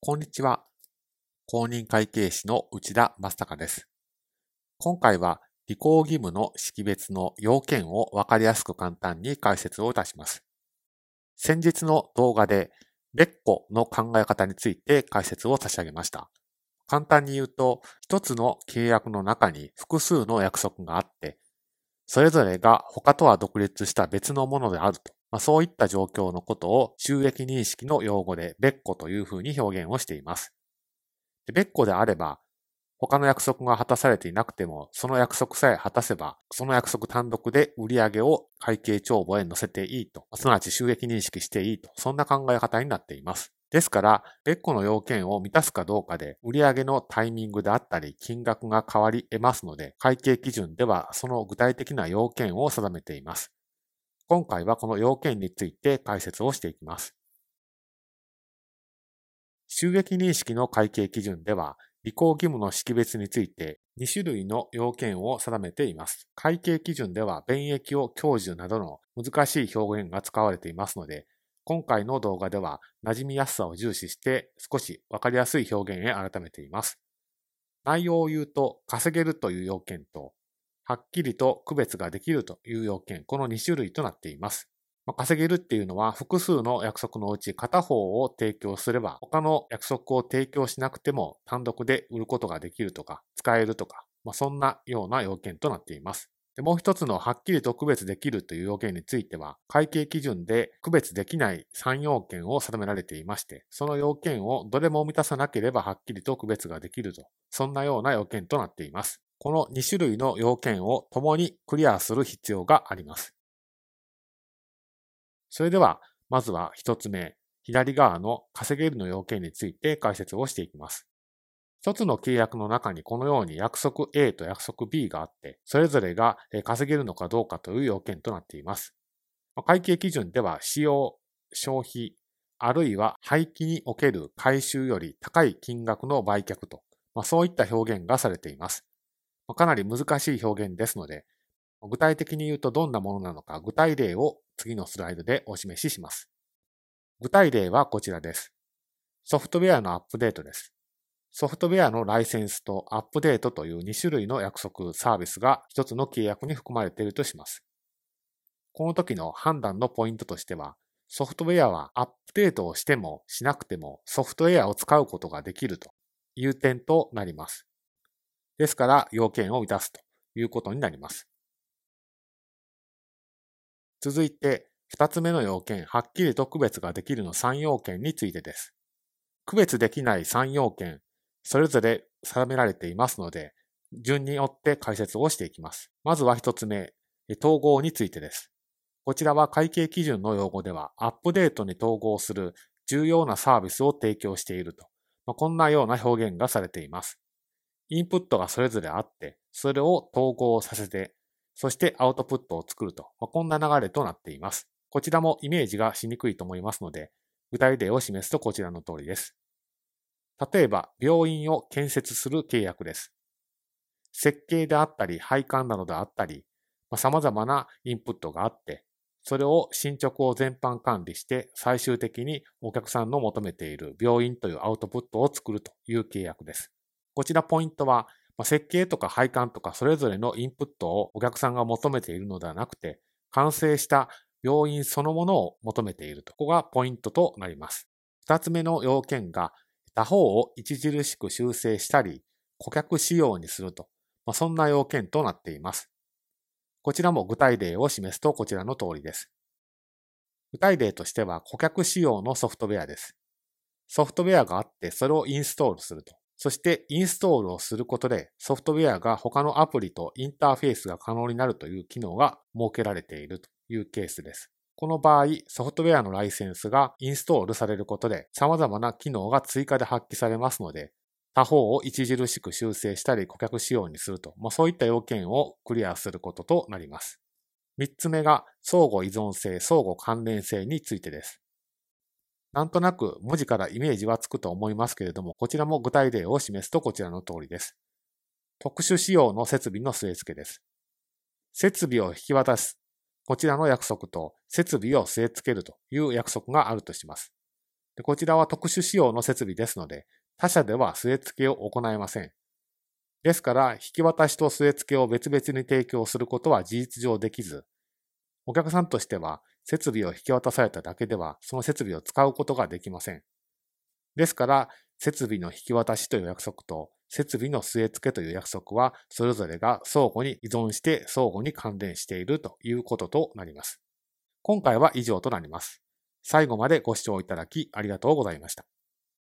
こんにちは。公認会計士の内田正孝です。今回は履行義務の識別の要件をわかりやすく簡単に解説をいたします。先日の動画で別個の考え方について解説を差し上げました。簡単に言うと、一つの契約の中に複数の約束があって、それぞれが他とは独立した別のものであると。そういった状況のことを収益認識の用語で別個というふうに表現をしています。別個であれば、他の約束が果たされていなくても、その約束さえ果たせば、その約束単独で売上を会計帳簿へ載せていいと、すなわち収益認識していいと、そんな考え方になっています。ですから、別個の要件を満たすかどうかで、売上のタイミングであったり、金額が変わり得ますので、会計基準ではその具体的な要件を定めています。今回はこの要件について解説をしていきます。収益認識の会計基準では、履行義務の識別について2種類の要件を定めています。会計基準では、弁益を享受などの難しい表現が使われていますので、今回の動画では馴染みやすさを重視して少しわかりやすい表現へ改めています。内容を言うと、稼げるという要件と、はっきりと区別ができるという要件、この2種類となっています。稼げるっていうのは複数の約束のうち片方を提供すれば他の約束を提供しなくても単独で売ることができるとか使えるとか、そんなような要件となっています。もう一つのはっきりと区別できるという要件については会計基準で区別できない3要件を定められていまして、その要件をどれも満たさなければはっきりと区別ができると、そんなような要件となっています。この2種類の要件を共にクリアする必要があります。それでは、まずは一つ目、左側の稼げるの要件について解説をしていきます。一つの契約の中にこのように約束 A と約束 B があって、それぞれが稼げるのかどうかという要件となっています。会計基準では使用、消費、あるいは廃棄における回収より高い金額の売却と、そういった表現がされています。かなり難しい表現ですので、具体的に言うとどんなものなのか具体例を次のスライドでお示しします。具体例はこちらです。ソフトウェアのアップデートです。ソフトウェアのライセンスとアップデートという2種類の約束サービスが1つの契約に含まれているとします。この時の判断のポイントとしては、ソフトウェアはアップデートをしてもしなくてもソフトウェアを使うことができるという点となります。ですから要件を満たすということになります。続いて、2つ目の要件、はっきりと区別ができるの3要件についてです。区別できない3要件、それぞれ定められていますので、順によって解説をしていきます。まずは1つ目、統合についてです。こちらは会計基準の用語では、アップデートに統合する重要なサービスを提供していると。こんなような表現がされています。インプットがそれぞれあって、それを統合させて、そしてアウトプットを作ると。こんな流れとなっています。こちらもイメージがしにくいと思いますので、具体例を示すとこちらの通りです。例えば、病院を建設する契約です。設計であったり、配管などであったり、様々なインプットがあって、それを進捗を全般管理して、最終的にお客さんの求めている病院というアウトプットを作るという契約です。こちらポイントは、設計とか配管とかそれぞれのインプットをお客さんが求めているのではなくて、完成した病院そのものを求めていると。ここがポイントとなります。二つ目の要件が、他方を著しく修正したり、顧客仕様にすると。そんな要件となっています。こちらも具体例を示すとこちらの通りです。具体例としては、顧客仕様のソフトウェアです。ソフトウェアがあって、それをインストールすると。そしてインストールをすることでソフトウェアが他のアプリとインターフェースが可能になるという機能が設けられているというケースです。この場合、ソフトウェアのライセンスがインストールされることで様々な機能が追加で発揮されますので、他方を著しく修正したり顧客仕様にすると、そういった要件をクリアすることとなります。3つ目が相互依存性、相互関連性についてです。なんとなく文字からイメージはつくと思いますけれども、こちらも具体例を示すとこちらの通りです。特殊仕様の設備の据え付けです。設備を引き渡す。こちらの約束と設備を据え付けるという約束があるとします。 でこちらは特殊仕様の設備ですので、他社では据え付けを行えません。ですから、引き渡しと据え付けを別々に提供することは事実上できず、お客さんとしては設備を引き渡されただけでは、その設備を使うことができません。ですから、設備の引き渡しという約束と、設備の据え付けという約束は、それぞれが相互に依存して相互に関連しているということとなります。今回は以上となります。最後までご視聴いただきありがとうございました。